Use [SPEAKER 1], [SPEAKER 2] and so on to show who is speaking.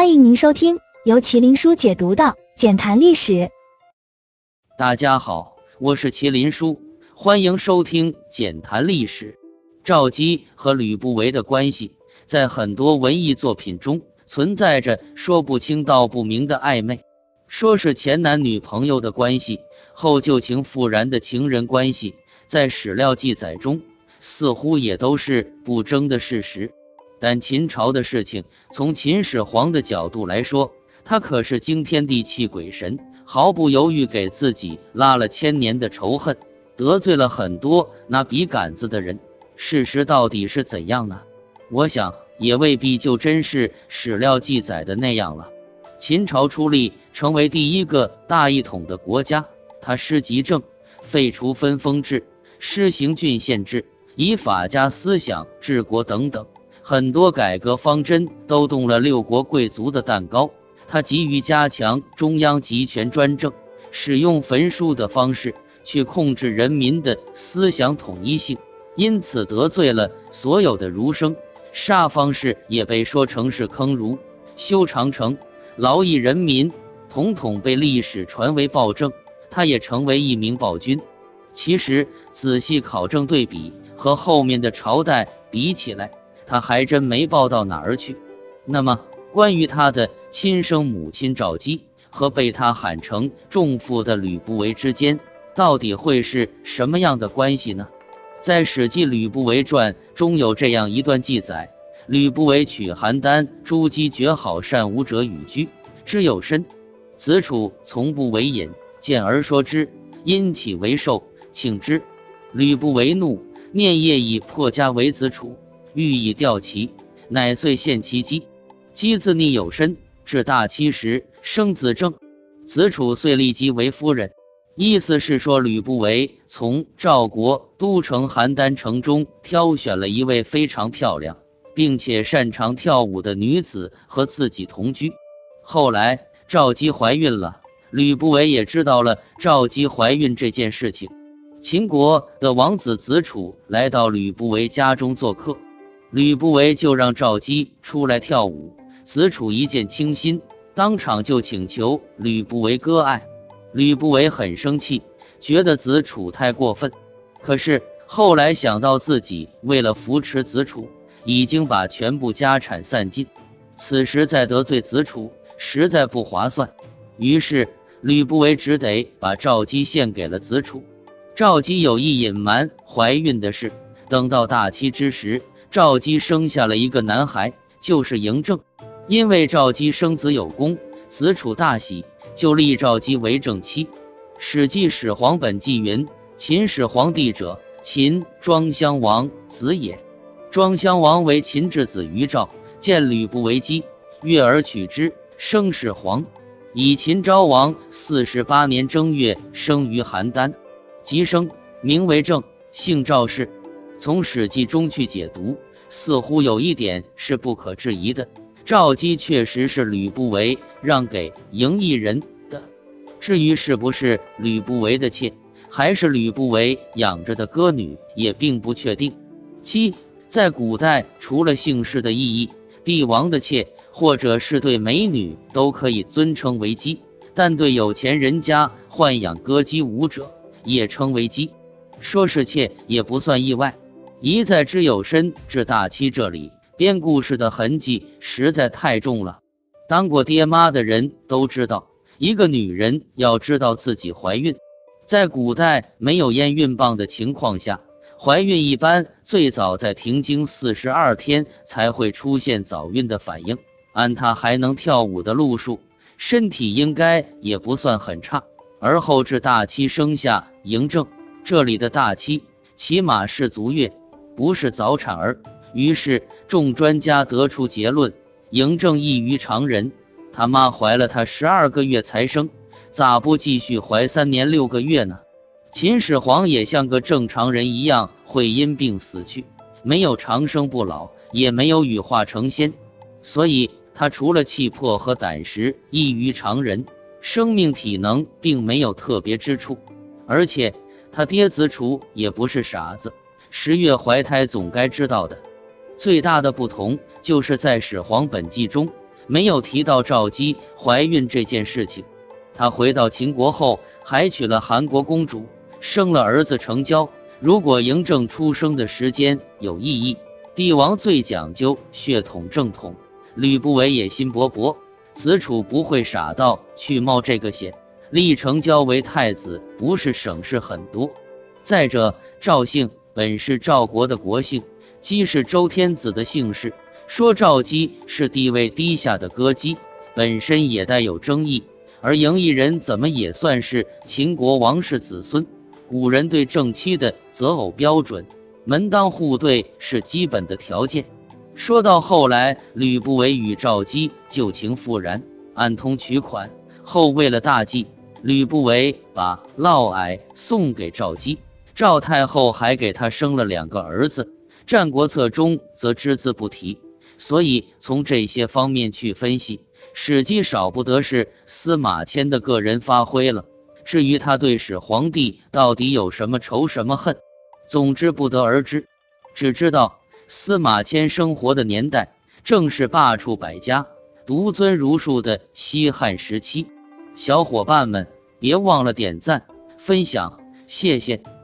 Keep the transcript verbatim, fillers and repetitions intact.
[SPEAKER 1] 欢迎您收听由麒麟书解读的简谈历史。
[SPEAKER 2] 大家好，我是麒麟书，欢迎收听简谈历史。赵姬和吕不韦的关系，在很多文艺作品中存在着说不清道不明的暧昧，说是前男女朋友的关系，后旧情复燃的情人关系，在史料记载中似乎也都是不争的事实。但秦朝的事情，从秦始皇的角度来说，他可是惊天地泣鬼神，毫不犹豫给自己拉了千年的仇恨，得罪了很多拿笔杆子的人。事实到底是怎样呢？我想也未必就真是史料记载的那样了。秦朝出力成为第一个大一统的国家，他施集政，废除分封制，施行郡县制，以法家思想治国等等，很多改革方针都动了六国贵族的蛋糕。他急于加强中央集权专政，使用焚书的方式去控制人民的思想统一性，因此得罪了所有的儒生。杀方式也被说成是坑儒，修长城，劳役人民，统统被历史传为暴政，他也成为一名暴君。其实仔细考证对比，和后面的朝代比起来，他还真没暴到哪儿去。那么关于他的亲生母亲赵姬和被他喊成重父的吕不韦之间，到底会是什么样的关系呢？在《史记·吕不韦传》中有这样一段记载：吕不韦娶邯郸诸姬，绝好善舞者与居，之有身。子楚从不为饮，见而说之，因起为寿，请之。吕不韦怒，念夜以破家为子楚，欲以吊其，乃遂献其姬。姬自逆有身，至大七时，生子正。子楚遂立姬为夫人。意思是说，吕不韦从赵国都城邯郸城中挑选了一位非常漂亮并且擅长跳舞的女子和自己同居。后来赵姬怀孕了，吕不韦也知道了赵姬怀孕这件事情。秦国的王子子楚来到吕不韦家中做客，吕不韦就让赵姬出来跳舞。子楚一见倾心，当场就请求吕不韦割爱。吕不韦很生气，觉得子楚太过分。可是后来想到自己为了扶持子楚，已经把全部家产散尽，此时再得罪子楚实在不划算，于是吕不韦只得把赵姬献给了子楚。赵姬有意隐瞒怀孕的事，等到大期之时，赵姬生下了一个男孩，就是嬴政。因为赵姬生子有功，子楚大喜，就立赵姬为正妻。史记始皇本纪云：秦始皇帝者，秦庄襄王子也。庄襄王为秦之子于赵，见吕不韦姬，悦而取之，生始皇。以秦昭王四十八年正月生于邯郸，即生，名为正，姓赵氏。从史记中去解读，似乎有一点是不可质疑的，赵姬确实是吕不韦让给嬴异人的。至于是不是吕不韦的妾，还是吕不韦养着的歌女，也并不确定。姬在古代除了姓氏的意义，帝王的妾或者是对美女都可以尊称为姬，但对有钱人家豢养歌姬舞者也称为姬，说是妾也不算意外。一在之有身至大期这里，编故事的痕迹实在太重了。当过爹妈的人都知道，一个女人要知道自己怀孕，在古代没有验孕棒的情况下，怀孕一般最早在停经四十二天才会出现早孕的反应。按她还能跳舞的路数，身体应该也不算很差。而后至大期生下嬴政，这里的大期起码是足月，不是早产儿。于是众专家得出结论，嬴政异于常人，他妈怀了他十二个月才生，咋不继续怀三年六个月呢？秦始皇也像个正常人一样会因病死去，没有长生不老，也没有羽化成仙，所以他除了气魄和胆识异于常人，生命体能并没有特别之处。而且他爹子楚也不是傻子，十月怀胎总该知道的。最大的不同就是在始皇本纪中， 没有提到赵姬怀孕这件事情。他回到秦国后，还娶了韩国公主，生了儿子成交。如果嬴政出生的时间有异议，帝王最讲究血统正统，吕不韦野心勃勃，子楚不会傻到去冒这个险。立成交为太子不是省事很多。再者，赵姓本是赵国的国姓，姬是周天子的姓氏，说赵姬是地位低下的歌姬，本身也带有争议。而嬴异人怎么也算是秦国王室子孙，古人对正妻的择偶标准，门当户对是基本的条件。说到后来，吕不韦与赵姬旧情复燃，暗通取款后，为了大计，吕不韦把嫪毐送给赵姬，赵太后还给他生了两个儿子，《战国策》中则只字不提。所以从这些方面去分析，史记少不得是司马迁的个人发挥了。至于他对始皇帝到底有什么仇什么恨，总之不得而知。只知道司马迁生活的年代正是罢黜百家、独尊儒术的西汉时期。小伙伴们别忘了点赞、分享，谢谢。